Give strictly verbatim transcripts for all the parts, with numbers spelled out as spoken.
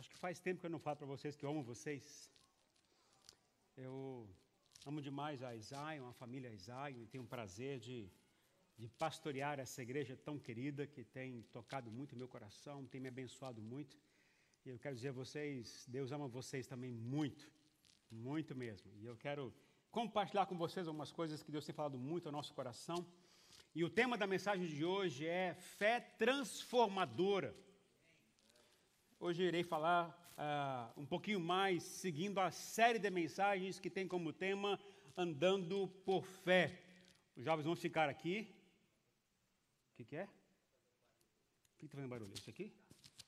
Acho que faz tempo que eu não falo para vocês que eu amo vocês. Eu amo demais a Zion, a família Zion, e tenho o prazer de, de pastorear essa igreja tão querida que tem tocado muito o meu coração, tem me abençoado muito. E eu quero dizer a vocês, Deus ama vocês também muito, muito mesmo. E eu quero compartilhar com vocês algumas coisas que Deus tem falado muito ao nosso coração. E o tema da mensagem de hoje é fé transformadora. Hoje eu irei falar uh, um pouquinho mais, seguindo a série de mensagens que tem como tema Andando por Fé. Os jovens vão ficar aqui. O que, que é? O que está fazendo barulho? Isso aqui?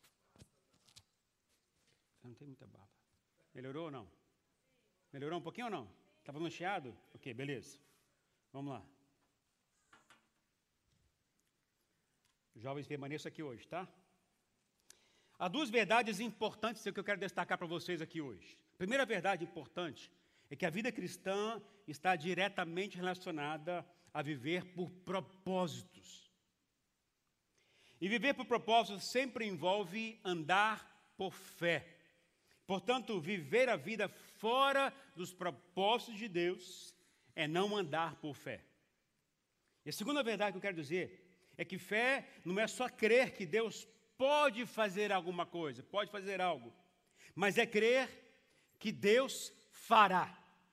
Eu não tenho muita barba. Melhorou ou não? Melhorou um pouquinho ou não? Estava no chiado? Ok, beleza. Vamos lá. Os jovens permaneçam aqui hoje, tá? Há duas verdades importantes que eu quero destacar para vocês aqui hoje. A primeira verdade importante é que a vida cristã está diretamente relacionada a viver por propósitos. E viver por propósitos sempre envolve andar por fé. Portanto, viver a vida fora dos propósitos de Deus é não andar por fé. E a segunda verdade que eu quero dizer é que fé não é só crer que Deus pode fazer alguma coisa, pode fazer algo, mas é crer que Deus fará.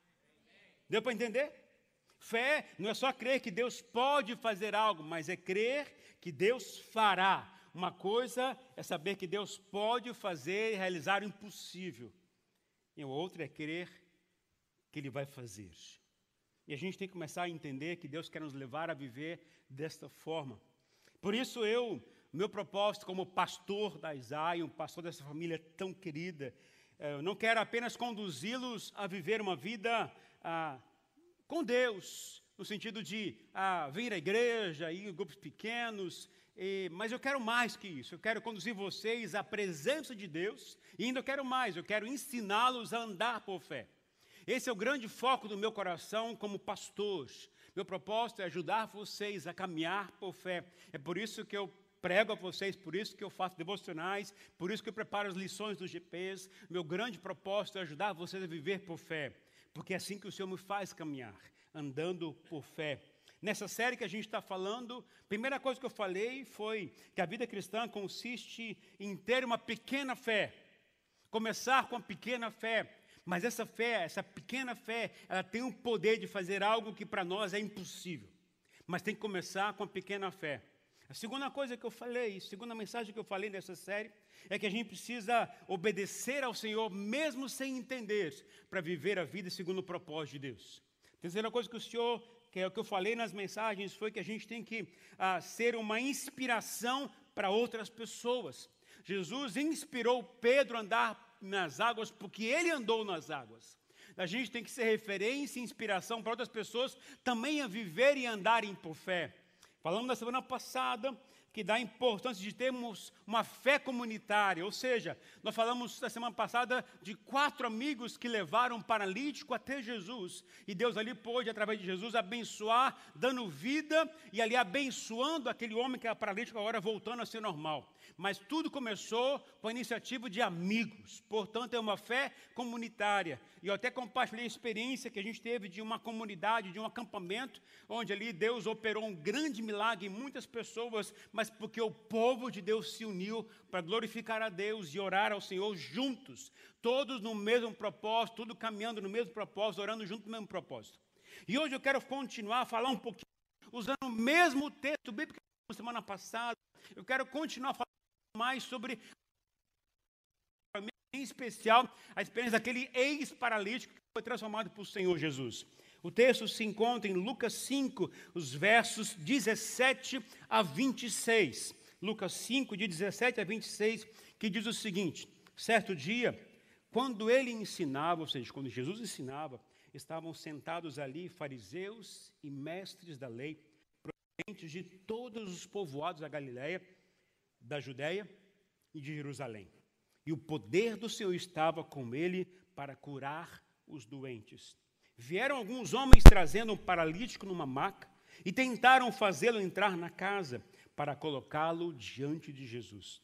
Deu para entender? Fé não é só crer que Deus pode fazer algo, mas é crer que Deus fará. Uma coisa é saber que Deus pode fazer e realizar o impossível, e a outra é crer que Ele vai fazer. E a gente tem que começar a entender que Deus quer nos levar a viver desta forma. Por isso eu... Meu propósito como pastor da Zion, pastor dessa família tão querida, eu não quero apenas conduzi-los a viver uma vida ah, com Deus, no sentido de ah, vir à igreja, ir em grupos pequenos, e, mas eu quero mais que isso, eu quero conduzir vocês à presença de Deus, e ainda eu quero mais, eu quero ensiná-los a andar por fé. Esse é o grande foco do meu coração como pastor. Meu propósito é ajudar vocês a caminhar por fé. É por isso que eu prego a vocês, por isso que eu faço devocionais, por isso que eu preparo as lições dos G Ps. Meu grande propósito é ajudar vocês a viver por fé, porque é assim que o Senhor me faz caminhar, andando por fé. Nessa série que a gente está falando, a primeira coisa que eu falei foi que a vida cristã consiste em ter uma pequena fé, começar com a pequena fé, mas essa fé, essa pequena fé, ela tem o poder de fazer algo que para nós é impossível, mas tem que começar com a pequena fé. A segunda coisa que eu falei, a segunda mensagem que eu falei nessa série, é que a gente precisa obedecer ao Senhor, mesmo sem entender, para viver a vida segundo o propósito de Deus. A terceira coisa que o Senhor, que é o que eu falei nas mensagens, foi que a gente tem que ah, ser uma inspiração para outras pessoas. Jesus inspirou Pedro a andar nas águas, porque ele andou nas águas. A gente tem que ser referência e inspiração para outras pessoas também a viver e andarem por fé. Falamos na semana passada que dá a importância de termos uma fé comunitária, ou seja, nós falamos na semana passada de quatro amigos que levaram um paralítico até Jesus, e Deus ali pôde, através de Jesus, abençoar, dando vida, e ali abençoando aquele homem que era paralítico, agora voltando a ser normal. Mas tudo começou com a iniciativa de amigos, portanto é uma fé comunitária. E eu até compartilhei a experiência que a gente teve de uma comunidade, de um acampamento, onde ali Deus operou um grande milagre em muitas pessoas, mas porque o povo de Deus se uniu para glorificar a Deus e orar ao Senhor juntos, todos no mesmo propósito, tudo caminhando no mesmo propósito, orando junto no mesmo propósito. E hoje eu quero continuar a falar um pouquinho, usando o mesmo texto bíblico que na semana passada, eu quero continuar falando mais sobre, em especial, a experiência daquele ex-paralítico que foi transformado por Senhor Jesus. O texto se encontra em Lucas cinco, os versos dezessete a vinte e seis. Lucas cinco, de dezessete a vinte e seis, que diz o seguinte: certo dia, quando ele ensinava, ou seja, quando Jesus ensinava, estavam sentados ali fariseus e mestres da lei, provenientes de todos os povoados da Galileia, da Judéia e de Jerusalém. E o poder do Senhor estava com ele para curar os doentes. Vieram alguns homens trazendo um paralítico numa maca e tentaram fazê-lo entrar na casa para colocá-lo diante de Jesus.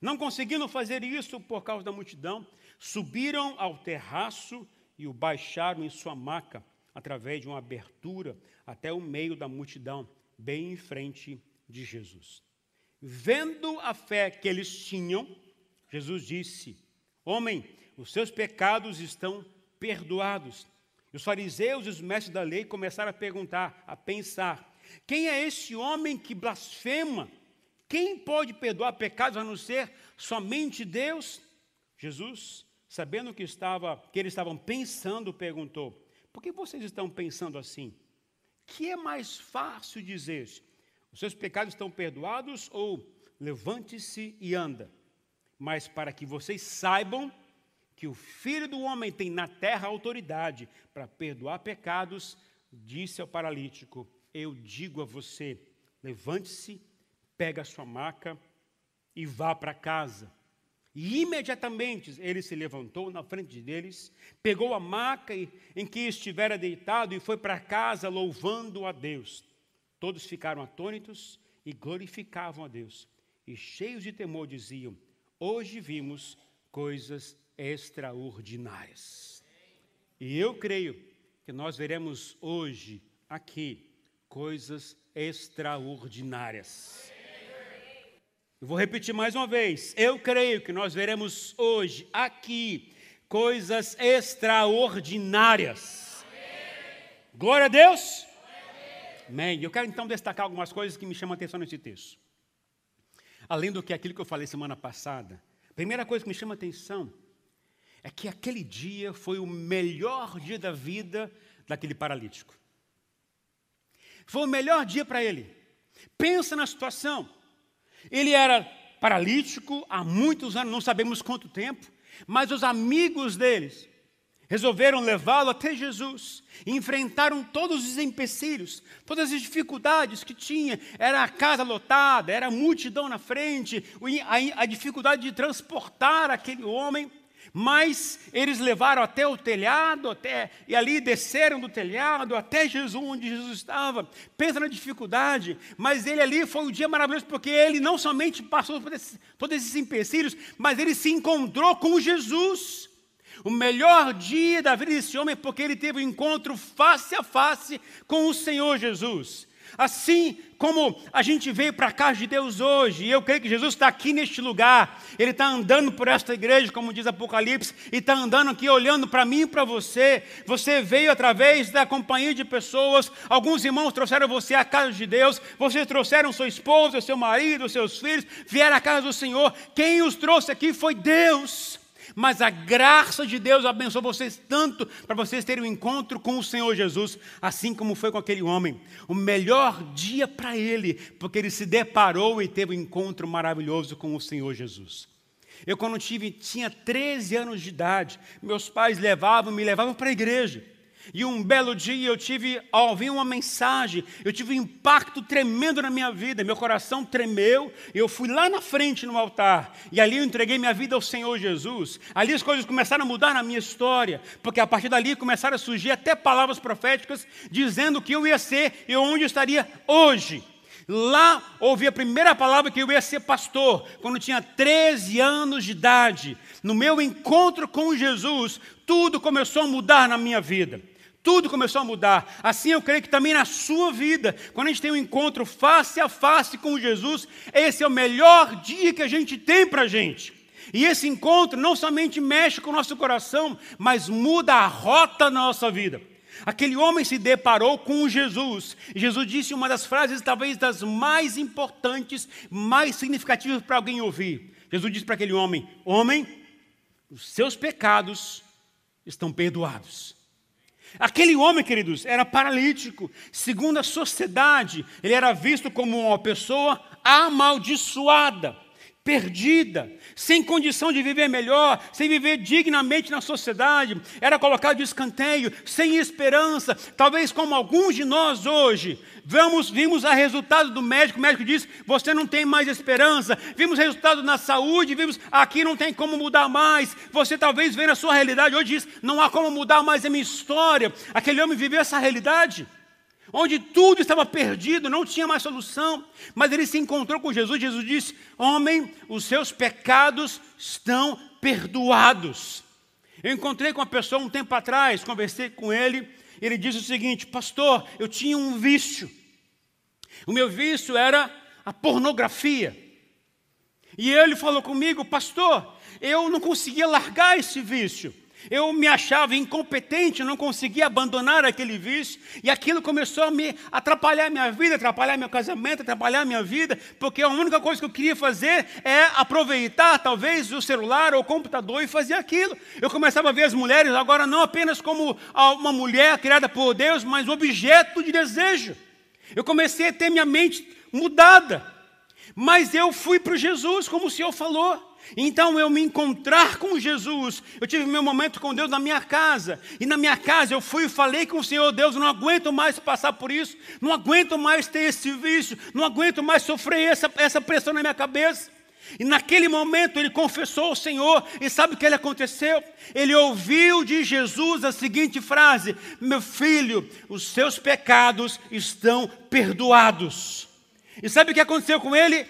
Não conseguindo fazer isso por causa da multidão, subiram ao terraço e o baixaram em sua maca, através de uma abertura até o meio da multidão, bem em frente de Jesus. Vendo a fé que eles tinham, Jesus disse: homem, os seus pecados estão perdoados. E os fariseus e os mestres da lei começaram a perguntar, a pensar: quem é esse homem que blasfema? Quem pode perdoar pecados a não ser somente Deus? Jesus, sabendo que, estava, que eles estavam pensando, perguntou: por que vocês estão pensando assim? Que é mais fácil dizer: os seus pecados estão perdoados, ou levante-se e anda? Mas para que vocês saibam que o Filho do Homem tem na terra autoridade para perdoar pecados, disse ao paralítico: eu digo a você, levante-se, pega a sua maca e vá para casa. E imediatamente ele se levantou na frente deles, pegou a maca em que estivera deitado e foi para casa louvando a Deus. Todos ficaram atônitos e glorificavam a Deus. E cheios de temor diziam: hoje vimos coisas extraordinárias. E eu creio que nós veremos hoje aqui coisas extraordinárias. Eu vou repetir mais uma vez. Eu creio que nós veremos hoje aqui coisas extraordinárias. Glória a Deus. Amém. Eu quero então destacar algumas coisas que me chamam a atenção nesse texto. Além do que aquilo que eu falei semana passada, a primeira coisa que me chama a atenção é que aquele dia foi o melhor dia da vida daquele paralítico. Foi o melhor dia para ele. Pensa na situação. Ele era paralítico há muitos anos, não sabemos quanto tempo, mas os amigos deles resolveram levá-lo até Jesus e enfrentaram todos os empecilhos, todas as dificuldades que tinha. Era a casa lotada, era a multidão na frente, a, a dificuldade de transportar aquele homem. Mas eles levaram até o telhado, até, e ali desceram do telhado até Jesus, onde Jesus estava. Pensa na dificuldade, mas ele ali foi um dia maravilhoso, porque ele não somente passou por esses, todos esses empecilhos, mas ele se encontrou com Jesus. O melhor dia da vida desse homem, porque ele teve um encontro face a face com o Senhor Jesus. Assim como a gente veio para a casa de Deus hoje, e eu creio que Jesus está aqui neste lugar, Ele está andando por esta igreja, como diz Apocalipse, e está andando aqui olhando para mim e para você. Você veio através da companhia de pessoas, alguns irmãos trouxeram você à casa de Deus, vocês trouxeram sua esposa, seu marido, seus filhos, vieram à casa do Senhor. Quem os trouxe aqui foi Deus. Mas a graça de Deus abençoou vocês tanto para vocês terem um encontro com o Senhor Jesus, assim como foi com aquele homem. O melhor dia para ele, porque ele se deparou e teve um encontro maravilhoso com o Senhor Jesus. Eu, quando tive, tinha treze anos de idade, meus pais levavam, me levavam para a igreja. E um belo dia eu tive, ao ouvir uma mensagem, eu tive um impacto tremendo na minha vida, meu coração tremeu, eu fui lá na frente no altar, e ali eu entreguei minha vida ao Senhor Jesus. Ali as coisas começaram a mudar na minha história, porque a partir dali começaram a surgir até palavras proféticas, dizendo que eu ia ser e onde eu estaria hoje. Lá ouvi a primeira palavra que eu ia ser pastor, quando eu tinha treze anos de idade. No meu encontro com Jesus, tudo começou a mudar na minha vida. Tudo começou a mudar. Assim eu creio que também na sua vida, quando a gente tem um encontro face a face com Jesus, esse é o melhor dia que a gente tem para a gente. E esse encontro não somente mexe com o nosso coração, mas muda a rota da nossa vida. Aquele homem se deparou com Jesus. E Jesus disse uma das frases, talvez das mais importantes, mais significativas para alguém ouvir. Jesus disse para aquele homem: homem, os seus pecados estão perdoados. Aquele homem, queridos, era paralítico. Segundo a sociedade, ele era visto como uma pessoa amaldiçoada, perdida, sem condição de viver melhor, sem viver dignamente na sociedade. Era colocado de escanteio, sem esperança. Talvez como alguns de nós hoje, vamos, vimos o resultado do médico, o médico diz: você não tem mais esperança. Vimos o resultado na saúde, vimos: aqui não tem como mudar mais. Você talvez vê na sua realidade hoje, diz: não há como mudar mais a minha história. Aquele homem viveu essa realidade. onde tudo estava perdido, não tinha mais solução, mas ele se encontrou com Jesus. Jesus disse: homem, os seus pecados estão perdoados. Eu encontrei com uma pessoa um tempo atrás, conversei com ele, ele disse o seguinte: pastor, eu tinha um vício, o meu vício era a pornografia, e ele falou comigo: pastor, eu não conseguia largar esse vício, eu me achava incompetente, não conseguia abandonar aquele vício, e aquilo começou a me atrapalhar a minha vida, atrapalhar meu casamento, atrapalhar a minha vida, porque a única coisa que eu queria fazer é aproveitar talvez o celular ou o computador e fazer aquilo. Eu começava a ver as mulheres agora não apenas como uma mulher criada por Deus, mas um objeto de desejo. Eu comecei a ter minha mente mudada, mas eu fui para Jesus, como o Senhor falou. Então eu me encontrar com Jesus, eu tive meu momento com Deus na minha casa, e na minha casa eu fui e falei com o Senhor: Deus, eu não aguento mais passar por isso, não aguento mais ter esse vício, não aguento mais sofrer essa, essa pressão na minha cabeça. E naquele momento ele confessou ao Senhor, e sabe o que ele aconteceu? Ele ouviu de Jesus a seguinte frase: meu filho, os seus pecados estão perdoados. E sabe o que aconteceu com ele?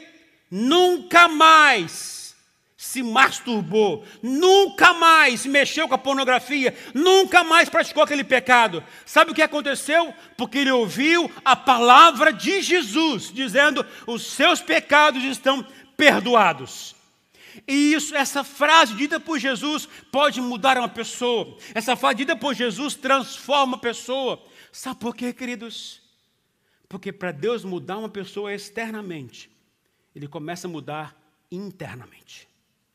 Nunca mais se masturbou, nunca mais mexeu com a pornografia, nunca mais praticou aquele pecado. Sabe o que aconteceu? Porque ele ouviu a palavra de Jesus, dizendo: os seus pecados estão perdoados. E isso, essa frase dita por Jesus pode mudar uma pessoa. Essa frase dita por Jesus transforma a pessoa. Sabe por quê, queridos? Porque para Deus mudar uma pessoa externamente, Ele começa a mudar internamente.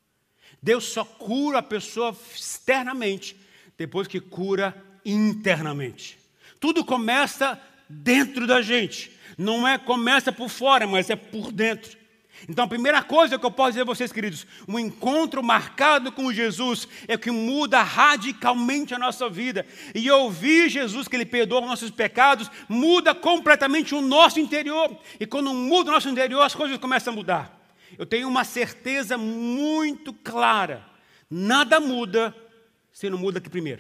Deus só cura a pessoa externamente depois que cura internamente. Tudo começa dentro da gente. Não é começa por fora, mas é por dentro. Então a primeira coisa que eu posso dizer a vocês, queridos: um encontro marcado com Jesus é o que muda radicalmente a nossa vida. E ouvir Jesus, que Ele perdoa os nossos pecados, muda completamente o nosso interior. E quando muda o nosso interior, as coisas começam a mudar. Eu tenho uma certeza muito clara: nada muda se não muda aqui primeiro.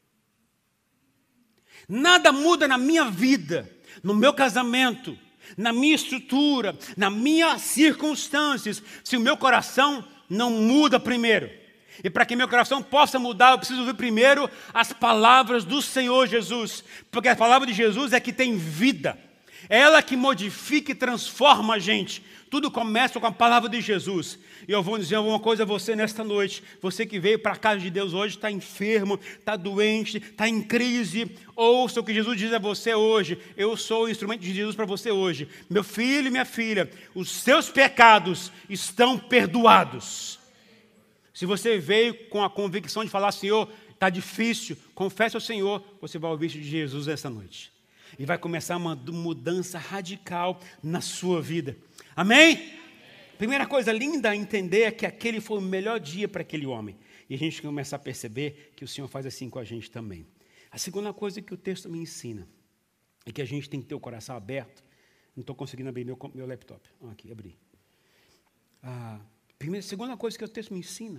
Nada muda na minha vida, no meu casamento, na minha estrutura, nas minhas circunstâncias, se o meu coração não muda primeiro. E para que meu coração possa mudar, eu preciso ouvir primeiro as palavras do Senhor Jesus, porque a palavra de Jesus é que tem vida, é ela que modifica e transforma a gente. Tudo começa com a palavra de Jesus. E eu vou dizer alguma coisa a você nesta noite. Você que veio para a casa de Deus hoje, está enfermo, está doente, está em crise. Ouça o que Jesus diz a você hoje. Eu sou o instrumento de Jesus para você hoje. Meu filho e minha filha, os seus pecados estão perdoados. Se você veio com a convicção de falar: Senhor, está difícil, confesse ao Senhor, você vai ouvir de Jesus essa noite. E vai começar uma mudança radical na sua vida. Amém? Amém? Primeira coisa linda a entender é que aquele foi o melhor dia para aquele homem. E a gente começa a perceber que o Senhor faz assim com a gente também. A segunda coisa que o texto me ensina é que a gente tem que ter o coração aberto. Não estou conseguindo abrir meu, meu laptop. Ah, aqui, abri. A primeira, segunda coisa que o texto me ensina,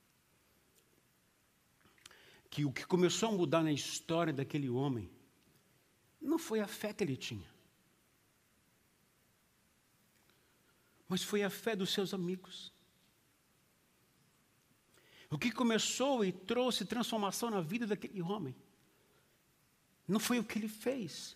que o que começou a mudar na história daquele homem não foi a fé que ele tinha, mas foi a fé dos seus amigos. O que começou e trouxe transformação na vida daquele homem não foi o que ele fez.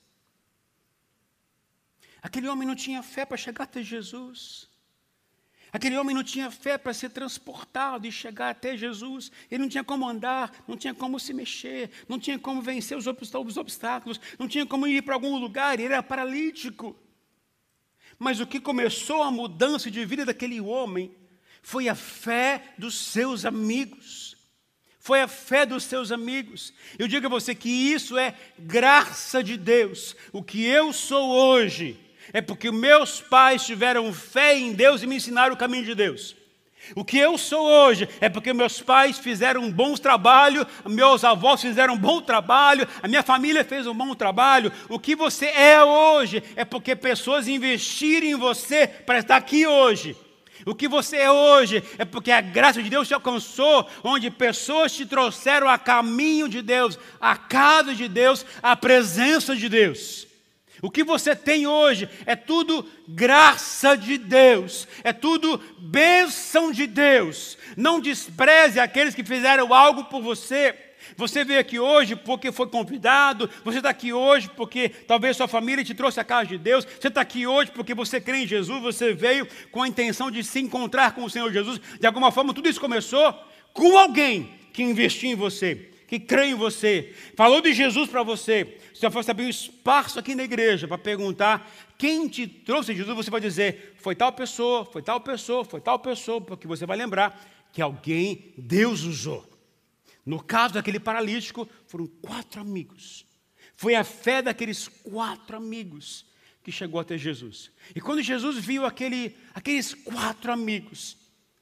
Aquele homem não tinha fé para chegar até Jesus. Aquele homem não tinha fé para ser transportado e chegar até Jesus. Ele não tinha como andar, não tinha como se mexer, não tinha como vencer os obstáculos, não tinha como ir para algum lugar, ele era paralítico. Mas o que começou a mudança de vida daquele homem foi a fé dos seus amigos. Foi a fé dos seus amigos. Eu digo a você que isso é graça de Deus. O que eu sou hoje é porque meus pais tiveram fé em Deus e me ensinaram o caminho de Deus. O que eu sou hoje é porque meus pais fizeram um bom trabalho, meus avós fizeram um bom trabalho, a minha família fez um bom trabalho. O que você é hoje é porque pessoas investiram em você para estar aqui hoje. O que você é hoje é porque a graça de Deus te alcançou, onde pessoas te trouxeram a caminho de Deus, a casa de Deus, a presença de Deus. O que você tem hoje é tudo graça de Deus, é tudo bênção de Deus. Não despreze aqueles que fizeram algo por você. Você veio aqui hoje porque foi convidado, você está aqui hoje porque talvez sua família te trouxe à casa de Deus, você está aqui hoje porque você crê em Jesus, você veio com a intenção de se encontrar com o Senhor Jesus. De alguma forma, tudo isso começou com alguém que investiu em você, que crê em você, falou de Jesus para você. Se eu fosse abrir um espaço aqui na igreja para perguntar quem te trouxe Jesus, você vai dizer, foi tal pessoa, foi tal pessoa, foi tal pessoa, porque você vai lembrar que alguém Deus usou. No caso daquele paralítico, foram quatro amigos. Foi a fé daqueles quatro amigos que chegou até Jesus. E quando Jesus viu aquele, aqueles quatro amigos,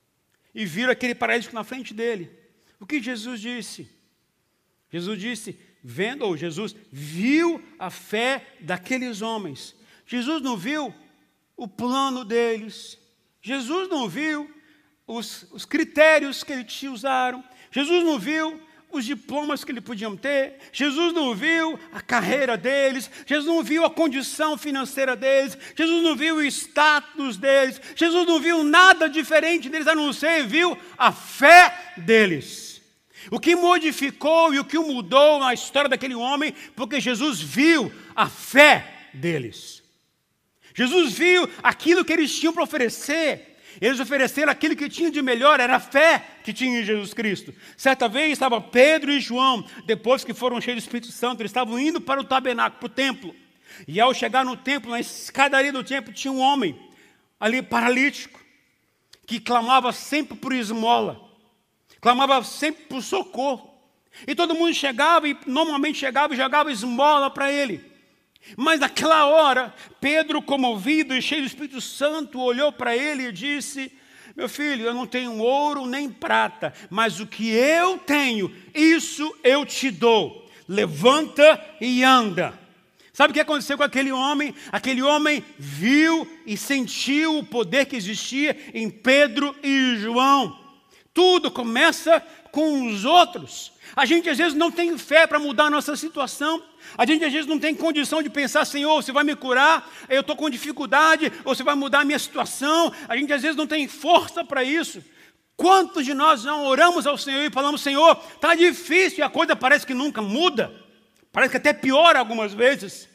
e viram aquele paralítico na frente dele, o que Jesus disse? Jesus disse, vendo, ou Jesus viu a fé daqueles homens. Jesus não viu o plano deles. Jesus não viu os, os critérios que eles usaram. Jesus não viu os diplomas que eles podiam ter. Jesus não viu a carreira deles. Jesus não viu a condição financeira deles. Jesus não viu o status deles. Jesus não viu nada diferente deles, a não ser viu a fé deles. O que modificou e o que mudou na história daquele homem, porque Jesus viu a fé deles. Jesus viu aquilo que eles tinham para oferecer. Eles ofereceram aquilo que tinham de melhor, era a fé que tinha em Jesus Cristo. Certa vez estava Pedro e João, depois que foram cheios do Espírito Santo, eles estavam indo para o tabernáculo, para o templo. E ao chegar no templo, na escadaria do templo, tinha um homem ali paralítico, que clamava sempre por esmola. Clamava sempre por socorro. E todo mundo chegava e normalmente chegava e jogava esmola para ele. Mas naquela hora, Pedro, comovido e cheio do Espírito Santo, olhou para ele e disse, meu filho, eu não tenho ouro nem prata, mas o que eu tenho, isso eu te dou. Levanta e anda. Sabe o que aconteceu com aquele homem? Aquele homem viu e sentiu o poder que existia em Pedro e João. Tudo começa com os outros. A gente às vezes não tem fé para mudar a nossa situação. A gente às vezes não tem condição de pensar, Senhor, você vai me curar? Eu estou com dificuldade, ou você vai mudar a minha situação? A gente às vezes não tem força para isso. Quantos de nós não oramos ao Senhor e falamos, Senhor, está difícil e a coisa parece que nunca muda? Parece que até piora algumas vezes.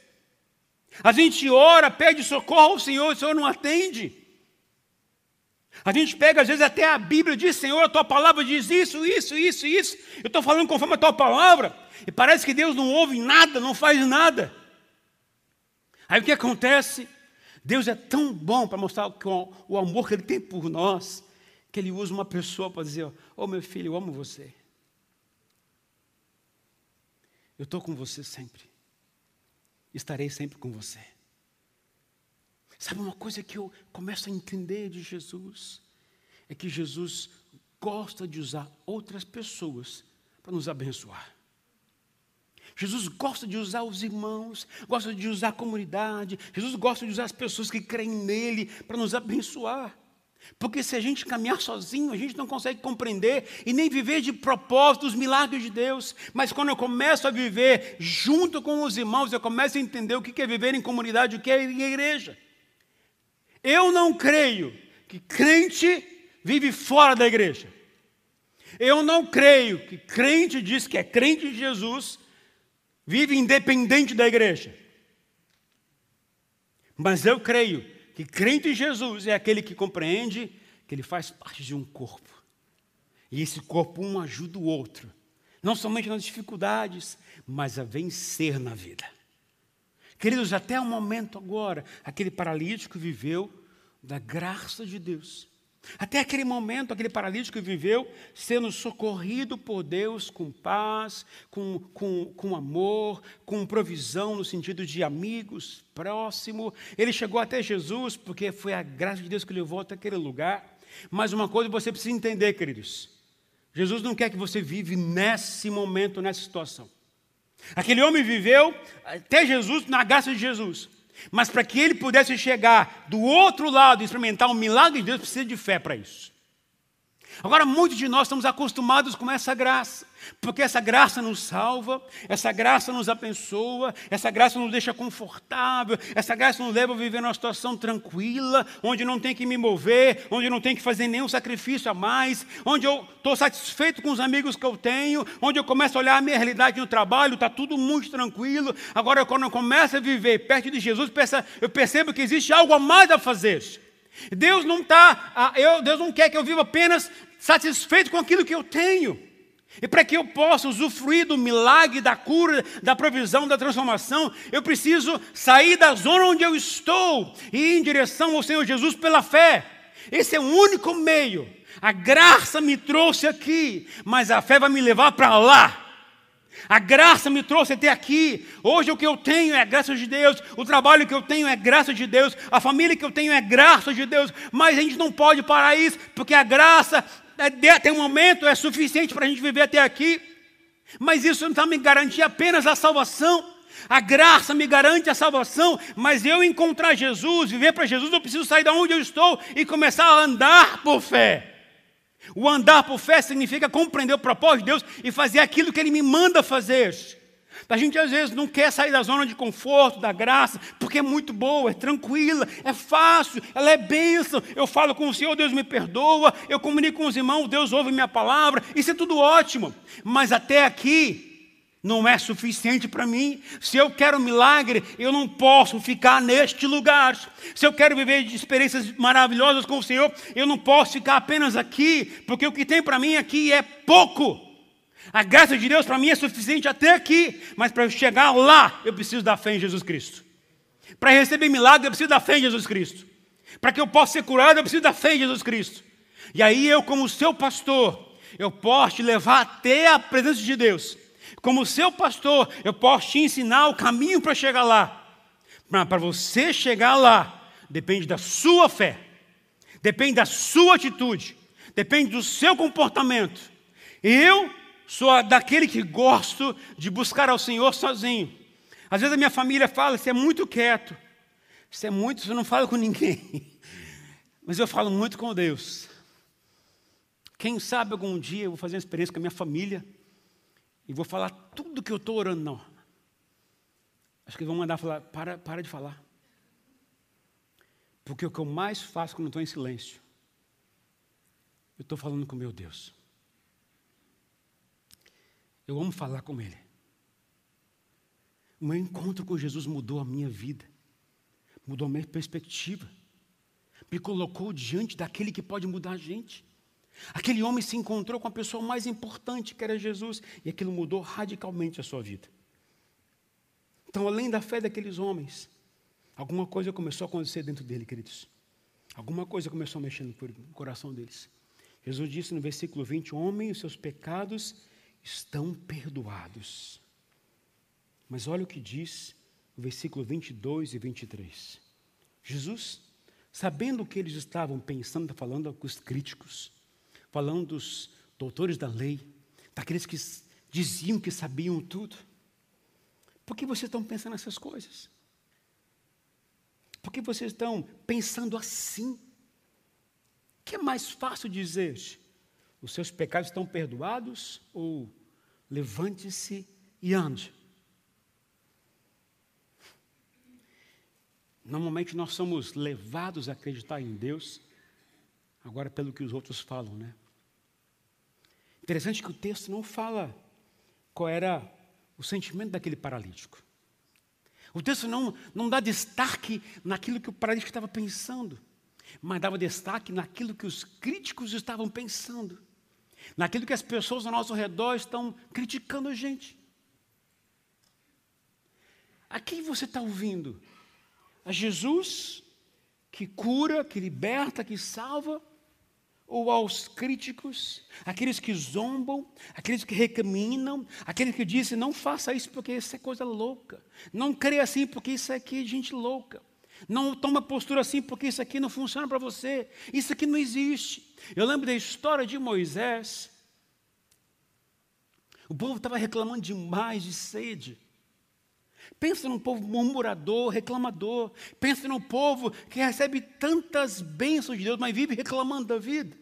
A gente ora, pede socorro ao Senhor, o Senhor não atende. A gente pega, às vezes, até a Bíblia e diz, Senhor, a tua palavra diz isso, isso, isso, isso. Eu estou falando conforme a tua palavra. E parece que Deus não ouve nada, não faz nada. Aí o que acontece? Deus é tão bom para mostrar o amor que Ele tem por nós, que Ele usa uma pessoa para dizer, ô meu filho, eu amo você. Eu estou com você sempre. Estarei sempre com você. Sabe uma coisa que eu começo a entender de Jesus? É que Jesus gosta de usar outras pessoas para nos abençoar. Jesus gosta de usar os irmãos, gosta de usar a comunidade. Jesus gosta de usar as pessoas que creem nele para nos abençoar. Porque se a gente caminhar sozinho, a gente não consegue compreender e nem viver de propósito os milagres de Deus. Mas quando eu começo a viver junto com os irmãos, eu começo a entender o que é viver em comunidade, o que é ir em igreja. Eu não creio que crente vive fora da igreja. Eu não creio que crente diz que é crente de Jesus, vive independente da igreja. Mas eu creio que crente em Jesus é aquele que compreende que ele faz parte de um corpo. E esse corpo um ajuda o outro. Não somente nas dificuldades, mas a vencer na vida. Queridos, até o momento agora, aquele paralítico viveu da graça de Deus. Até aquele momento, aquele paralítico viveu sendo socorrido por Deus com paz, com, com, com amor, com provisão no sentido de amigos, próximo. Ele chegou até Jesus porque foi a graça de Deus que levou até aquele lugar. Mas uma coisa você precisa entender, queridos. Jesus não quer que você vive nesse momento, nessa situação. Aquele homem viveu até Jesus, na graça de Jesus. Mas para que ele pudesse chegar do outro lado e experimentar um milagre de Deus, precisa de fé para isso. Agora, muitos de nós estamos acostumados com essa graça, porque essa graça nos salva, essa graça nos abençoa, essa graça nos deixa confortável, essa graça nos leva a viver numa situação tranquila, onde não tem que me mover, onde não tem que fazer nenhum sacrifício a mais, onde eu estou satisfeito com os amigos que eu tenho, onde eu começo a olhar a minha realidade no trabalho, está tudo muito tranquilo. Agora, quando eu começo a viver perto de Jesus, eu percebo que existe algo a mais a fazer. Deus não tá, eu, Deus não quer que eu viva apenas satisfeito com aquilo que eu tenho. E para que eu possa usufruir do milagre, da cura, da provisão, da transformação, eu preciso sair da zona onde eu estou e ir em direção ao Senhor Jesus pela fé. Esse é o único meio. A graça me trouxe aqui, mas a fé vai me levar para lá. A graça me trouxe até aqui. Hoje o que eu tenho é a graça de Deus. O trabalho que eu tenho é graça de Deus. A família que eu tenho é graça de Deus. Mas a gente não pode parar isso, porque a graça, até um momento, é suficiente para a gente viver até aqui. Mas isso não está me garantindo apenas a salvação. A graça me garante a salvação, mas eu encontrar Jesus, viver para Jesus, eu preciso sair de onde eu estou e começar a andar por fé. O andar por fé significa compreender o propósito de Deus e fazer aquilo que Ele me manda fazer. A gente às vezes não quer sair da zona de conforto, da graça, porque é muito boa, é tranquila, é fácil, ela é bênção. Eu falo com o Senhor, Deus me perdoa, eu comunico com os irmãos, Deus ouve minha palavra, isso é tudo ótimo. Mas até aqui não é suficiente para mim. Se eu quero um milagre, eu não posso ficar neste lugar. Se eu quero viver de experiências maravilhosas com o Senhor, eu não posso ficar apenas aqui, porque o que tem para mim aqui é pouco. A graça de Deus para mim é suficiente até aqui, mas para eu chegar lá, eu preciso da fé em Jesus Cristo. Para receber milagre, eu preciso da fé em Jesus Cristo. Para que eu possa ser curado, eu preciso da fé em Jesus Cristo. E aí eu, como seu pastor, eu posso te levar até a presença de Deus. Como seu pastor, eu posso te ensinar o caminho para chegar lá. Para você chegar lá, depende da sua fé, depende da sua atitude, depende do seu comportamento. Eu sou daquele que gosto de buscar ao Senhor sozinho. Às vezes a minha família fala, você é muito quieto, você é muito, você não fala com ninguém. Mas eu falo muito com Deus. Quem sabe algum dia eu vou fazer uma experiência com a minha família e vou falar tudo que eu estou orando, não. Acho que eles vão mandar falar, para, para de falar. Porque o que eu mais faço quando estou em silêncio, eu estou falando com meu Deus. Eu amo falar com Ele. O meu encontro com Jesus mudou a minha vida, mudou a minha perspectiva, me colocou diante daquele que pode mudar a gente. Aquele homem se encontrou com a pessoa mais importante, que era Jesus, e aquilo mudou radicalmente a sua vida. Então, além da fé daqueles homens, alguma coisa começou a acontecer dentro dele, queridos. Alguma coisa começou a mexer no coração deles. Jesus disse no versículo vinte, homem, os seus pecados estão perdoados. Mas olha o que diz no versículo vinte e dois e vinte e três. Jesus, sabendo o que eles estavam pensando, está falando com os críticos, falando dos doutores da lei, daqueles que diziam que sabiam tudo. Por que vocês estão pensando nessas coisas? Por que vocês estão pensando assim? O que é mais fácil dizer? Os seus pecados estão perdoados? Ou levante-se e ande? Normalmente nós somos levados a acreditar em Deus, agora pelo que os outros falam, né? Interessante que o texto não fala qual era o sentimento daquele paralítico. O texto não, não dá destaque naquilo que o paralítico estava pensando, mas dava destaque naquilo que os críticos estavam pensando, naquilo que as pessoas ao nosso redor estão criticando a gente. A quem você está ouvindo? A Jesus, que cura, que liberta, que salva? Ou aos críticos, aqueles que zombam, aqueles que recriminam, aqueles que dizem, não faça isso porque isso é coisa louca. Não creia assim porque isso aqui é gente louca. Não toma postura assim porque isso aqui não funciona para você. Isso aqui não existe. Eu lembro da história de Moisés. O povo estava reclamando demais de sede. Pensa num povo murmurador, reclamador. Pensa num povo que recebe tantas bênçãos de Deus, mas vive reclamando da vida.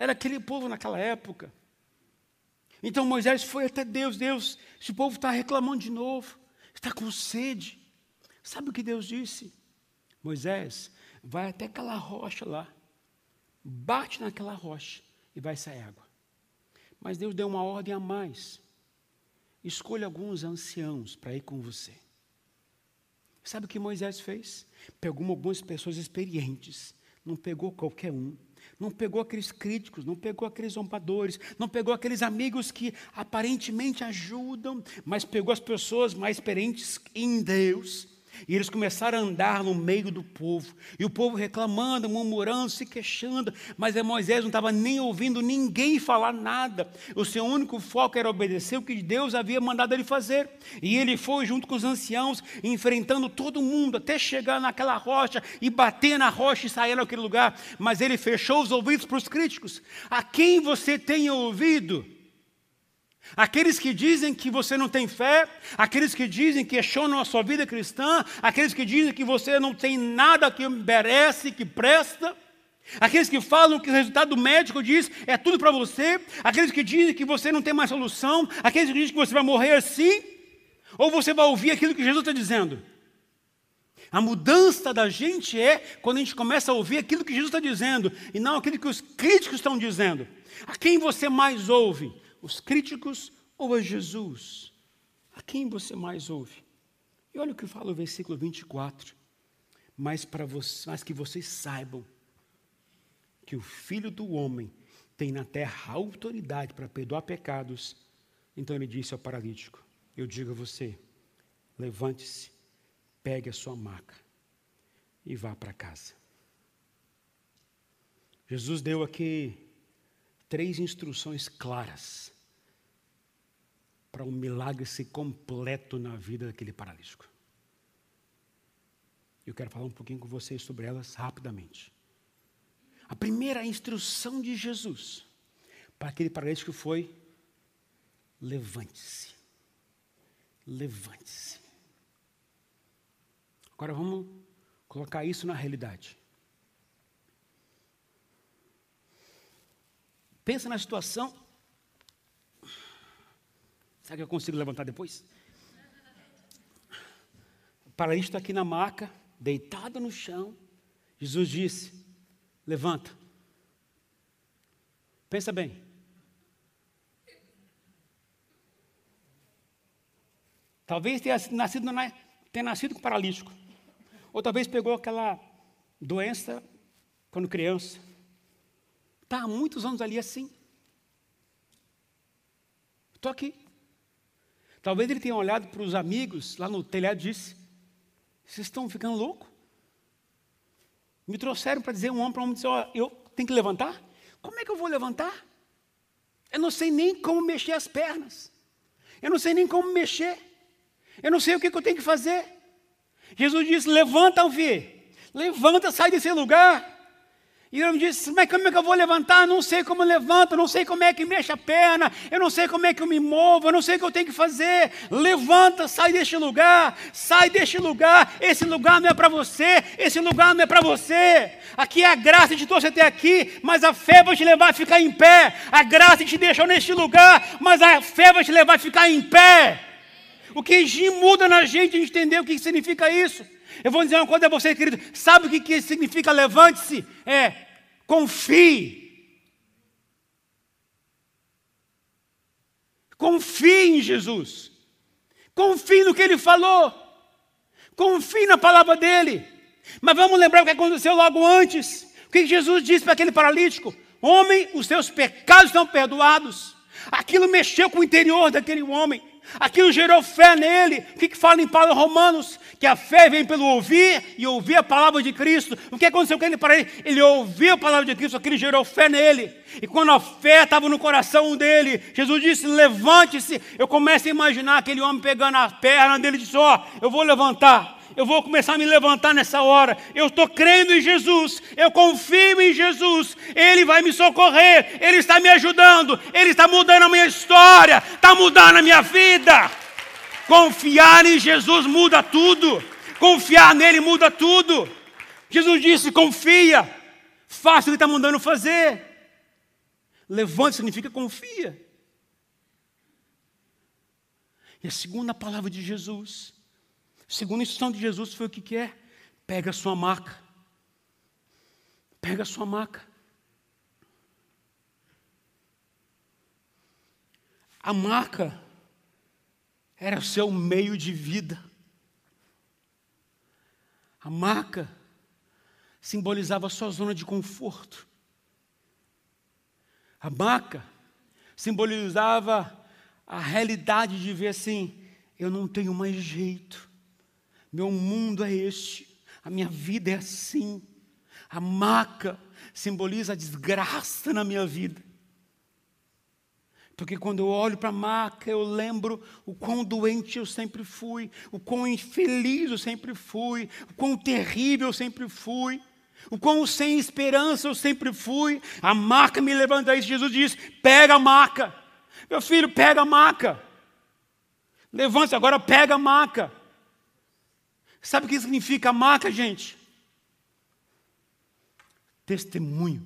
Era aquele povo naquela época. Então Moisés foi até Deus. Deus, esse povo está reclamando de novo. Está com sede. Sabe o que Deus disse? Moisés, vai até aquela rocha lá. Bate naquela rocha e vai sair água. Mas Deus deu uma ordem a mais. Escolha alguns anciãos para ir com você. Sabe o que Moisés fez? Pegou algumas pessoas experientes. Não pegou qualquer um. Não pegou aqueles críticos, não pegou aqueles zombadores, não pegou aqueles amigos que aparentemente ajudam, mas pegou as pessoas mais experientes em Deus. E eles começaram a andar no meio do povo. E o povo reclamando, murmurando, se queixando. Mas Moisés não estava nem ouvindo ninguém falar nada. O seu único foco era obedecer o que Deus havia mandado ele fazer. E ele foi junto com os anciãos, enfrentando todo mundo, até chegar naquela rocha e bater na rocha e sair naquele lugar. Mas ele fechou os ouvidos para os críticos. A quem você tem ouvido? Aqueles que dizem que você não tem fé, aqueles que dizem que questionam a sua vida cristã, aqueles que dizem que você não tem nada que merece, que presta, aqueles que falam que o resultado médico diz é tudo para você, aqueles que dizem que você não tem mais solução, aqueles que dizem que você vai morrer assim, ou você vai ouvir aquilo que Jesus está dizendo. A mudança da gente é quando a gente começa a ouvir aquilo que Jesus está dizendo, e não aquilo que os críticos estão dizendo. A quem você mais ouve? Os críticos ou a Jesus? A quem você mais ouve? E olha o que fala o versículo vinte e quatro. Mas, para vocês, mas que vocês saibam que o Filho do Homem tem na terra autoridade para perdoar pecados. Então ele disse ao paralítico, eu digo a você, levante-se, pegue a sua maca e vá para casa. Jesus deu aqui três instruções claras para um milagre ser completo na vida daquele paralítico. Eu quero falar um pouquinho com vocês sobre elas rapidamente. A primeira instrução de Jesus para aquele paralítico foi: levante-se. Levante-se. Agora vamos colocar isso na realidade. Pensa na situação. Será que eu consigo levantar depois? O paralítico está aqui na maca, deitado no chão. Jesus disse, levanta. Pensa bem. Talvez tenha nascido, tenha nascido com paralítico. Ou talvez pegou aquela doença quando criança. Está há muitos anos ali assim. Estou aqui. Talvez ele tenha olhado para os amigos lá no telhado e disse, vocês estão ficando loucos? Me trouxeram para dizer um homem para um homem, dizer, ó, eu tenho que levantar? Como é que eu vou levantar? Eu não sei nem como mexer as pernas. Eu não sei nem como mexer. Eu não sei o que, que eu tenho que fazer. Jesus disse, levanta, filho. Levanta, sai desse lugar. E eu me disse, mas como é que eu vou levantar? Eu não sei como eu levanto, eu não sei como é que mexe a perna, eu não sei como é que eu me movo, eu não sei o que eu tenho que fazer. Levanta, sai deste lugar, sai deste lugar. Esse lugar não é para você, esse lugar não é para você. Aqui é a graça de você ter aqui, mas a fé vai te levar a ficar em pé. A graça te deixou neste lugar, mas a fé vai te levar a ficar em pé. O que muda na gente, a gente entender o que significa isso. Eu vou dizer uma coisa a você, querido. Sabe o que, que significa levante-se? É, confie. Confie em Jesus. Confie no que Ele falou. Confie na palavra dEle. Mas vamos lembrar o que aconteceu logo antes. O que Jesus disse para aquele paralítico? Homem, os seus pecados estão perdoados. Aquilo mexeu com o interior daquele homem. Aquilo gerou fé nele. O que, que fala em Paulo Romanos? Que a fé vem pelo ouvir e ouvir a palavra de Cristo. O que aconteceu com ele para ele? Ele ouviu a palavra de Cristo, aquilo gerou fé nele. E quando a fé estava no coração dele, Jesus disse, levante-se. Eu começo a imaginar aquele homem pegando a perna dele e disse, ó, oh, eu vou levantar. Eu vou começar a me levantar nessa hora. Eu estou crendo em Jesus. Eu confio em Jesus. Ele vai me socorrer. Ele está me ajudando. Ele está mudando a minha história. Está mudando a minha vida. Confiar em Jesus muda tudo. Confiar nele muda tudo. Jesus disse, confia. Faça o que está mandando fazer. Levante significa confia. E a segunda palavra de Jesus, a segunda instrução de Jesus foi o que que é? Pega a sua maca. Pega a sua maca. A maca era o seu meio de vida. A maca simbolizava a sua zona de conforto. A maca simbolizava a realidade de ver assim, eu não tenho mais jeito, meu mundo é este, a minha vida é assim. A maca simboliza a desgraça na minha vida. Porque quando eu olho para a maca, eu lembro o quão doente eu sempre fui, o quão infeliz eu sempre fui, o quão terrível eu sempre fui, o quão sem esperança eu sempre fui. A maca me levanta a isso. Jesus diz, pega a maca. Meu filho, pega a maca. Levante-se agora, pega a maca. Sabe o que significa a maca, gente? Testemunho.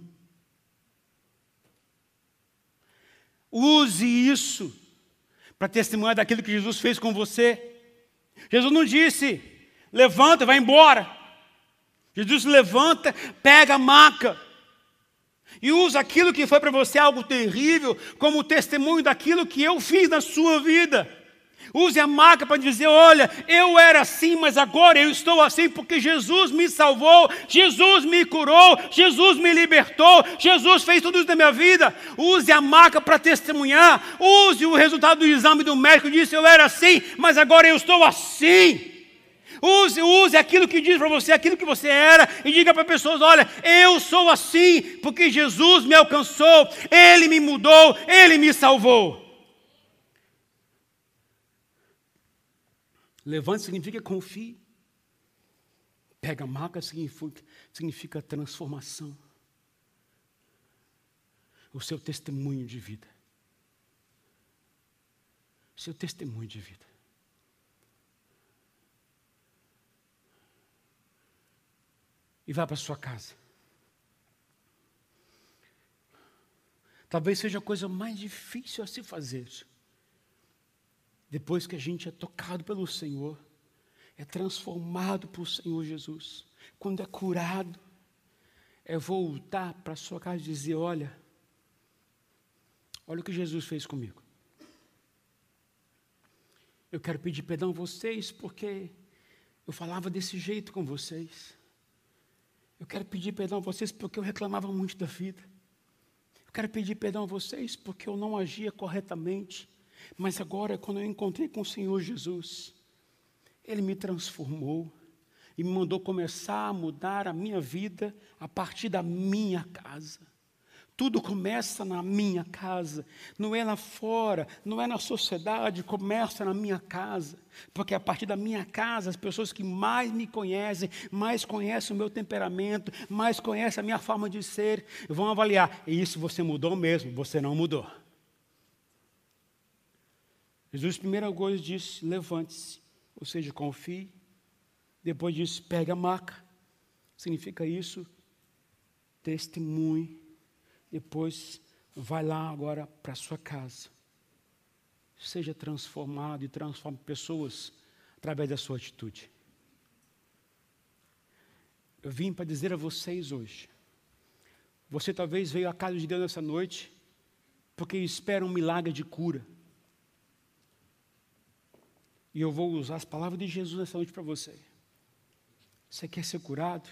Use isso para testemunhar daquilo que Jesus fez com você. Jesus não disse, levanta, vai embora. Jesus levanta, pega a maca e usa aquilo que foi para você algo terrível como testemunho daquilo que eu fiz na sua vida. Use a maca para dizer, olha, eu era assim, mas agora eu estou assim porque Jesus me salvou, Jesus me curou, Jesus me libertou, Jesus fez tudo isso na minha vida. Use a maca para testemunhar. Use o resultado do exame do médico e disse, eu era assim, mas agora eu estou assim. Use, use aquilo que diz para você, aquilo que você era, e diga para pessoas, olha, eu sou assim porque Jesus me alcançou, Ele me mudou, Ele me salvou. Levante significa confie. Pega a maca significa, significa transformação. O seu testemunho de vida. O seu testemunho de vida. E vá para a sua casa. Talvez seja a coisa mais difícil a se fazer. Depois que a gente é tocado pelo Senhor, é transformado pelo Senhor Jesus, quando é curado, é voltar para a sua casa e dizer, olha, olha o que Jesus fez comigo. Eu quero pedir perdão a vocês porque eu falava desse jeito com vocês. Eu quero pedir perdão a vocês porque eu reclamava muito da vida. Eu quero pedir perdão a vocês porque eu não agia corretamente. Mas agora, quando eu encontrei com o Senhor Jesus, Ele me transformou e me mandou começar a mudar a minha vida a partir da minha casa. Tudo começa na minha casa, não é lá fora, não é na sociedade, começa na minha casa. Porque a partir da minha casa, as pessoas que mais me conhecem, mais conhecem o meu temperamento, mais conhecem a minha forma de ser, vão avaliar, e isso você mudou mesmo, você não mudou. Jesus, primeira coisa, disse, levante-se, ou seja, confie. Depois disse, pega a maca. Significa isso, testemunhe. Depois, vai lá agora para a sua casa. Seja transformado e transforme pessoas através da sua atitude. Eu vim para dizer a vocês hoje, você talvez veio à casa de Deus nessa noite, porque espera um milagre de cura. E eu vou usar as palavras de Jesus nessa noite para você. Você quer ser curado?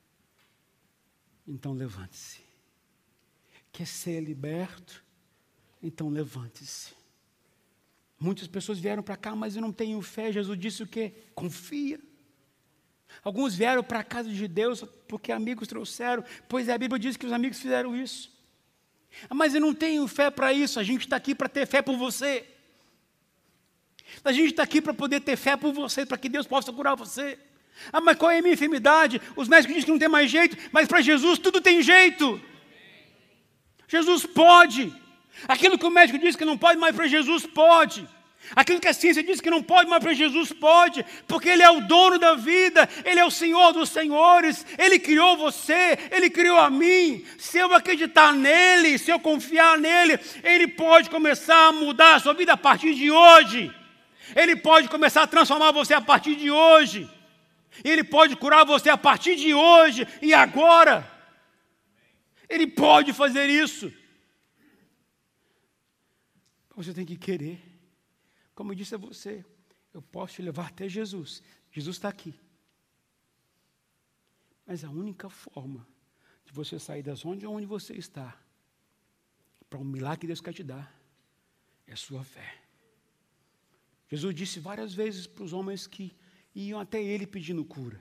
Então levante-se. Quer ser liberto? Então levante-se. Muitas pessoas vieram para cá, mas eu não tenho fé. Jesus disse o quê? Confia. Alguns vieram para a casa de Deus porque amigos trouxeram, pois a Bíblia diz que os amigos fizeram isso. Mas eu não tenho fé para isso. A gente está aqui para ter fé por você. A gente está aqui para poder ter fé por você, para que Deus possa curar você. Ah, mas qual é a minha enfermidade? Os médicos dizem que não tem mais jeito, mas para Jesus tudo tem jeito. Jesus pode. Aquilo que o médico diz que não pode, mas para Jesus pode. Aquilo que a ciência diz que não pode, mas para Jesus pode, porque Ele é o dono da vida, Ele é o Senhor dos senhores, Ele criou você, Ele criou a mim. Se eu acreditar nele, se eu confiar nele, Ele pode começar a mudar a sua vida a partir de hoje. Ele pode começar a transformar você a partir de hoje. Ele pode curar você a partir de hoje e agora. Ele pode fazer isso. Você tem que querer. Como eu disse a você, eu posso te levar até Jesus. Jesus está aqui. Mas a única forma de você sair da zona onde você está, para um milagre que Deus quer te dar, é a sua fé. Jesus disse várias vezes para os homens que iam até Ele pedindo cura.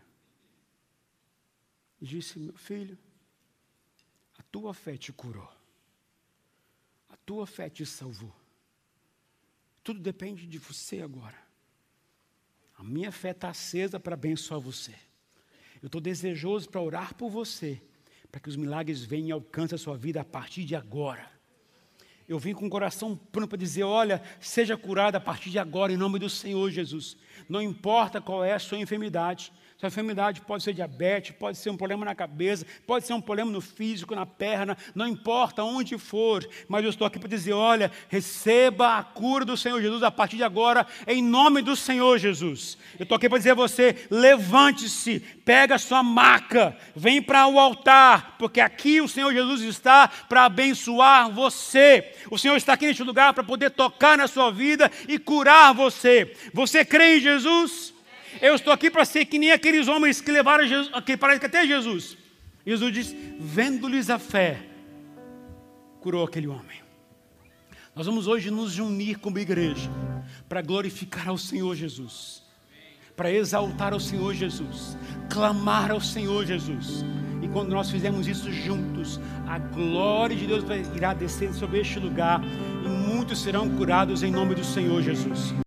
E disse, meu filho, a tua fé te curou. A tua fé te salvou. Tudo depende de você agora. A minha fé está acesa para abençoar você. Eu estou desejoso para orar por você, para que os milagres venham e alcancem a sua vida a partir de agora. Eu vim com o coração pronto para dizer, olha, seja curado a partir de agora, em nome do Senhor Jesus. Não importa qual é a sua enfermidade. Sua enfermidade pode ser diabetes, pode ser um problema na cabeça, pode ser um problema no físico, na perna, não importa onde for, mas eu estou aqui para dizer, olha, receba a cura do Senhor Jesus a partir de agora, em nome do Senhor Jesus. Eu estou aqui para dizer a você, levante-se, pega a sua maca, vem para o altar, porque aqui o Senhor Jesus está para abençoar você. O Senhor está aqui neste lugar para poder tocar na sua vida e curar você. Você crê em Jesus? Eu estou aqui para ser que nem aqueles homens que levaram Jesus, que parece que até Jesus. Jesus disse, vendo-lhes a fé, curou aquele homem. Nós vamos hoje nos unir como igreja para glorificar ao Senhor Jesus, para exaltar ao Senhor Jesus, clamar ao Senhor Jesus. E quando nós fizermos isso juntos, a glória de Deus irá descer sobre este lugar e muitos serão curados em nome do Senhor Jesus.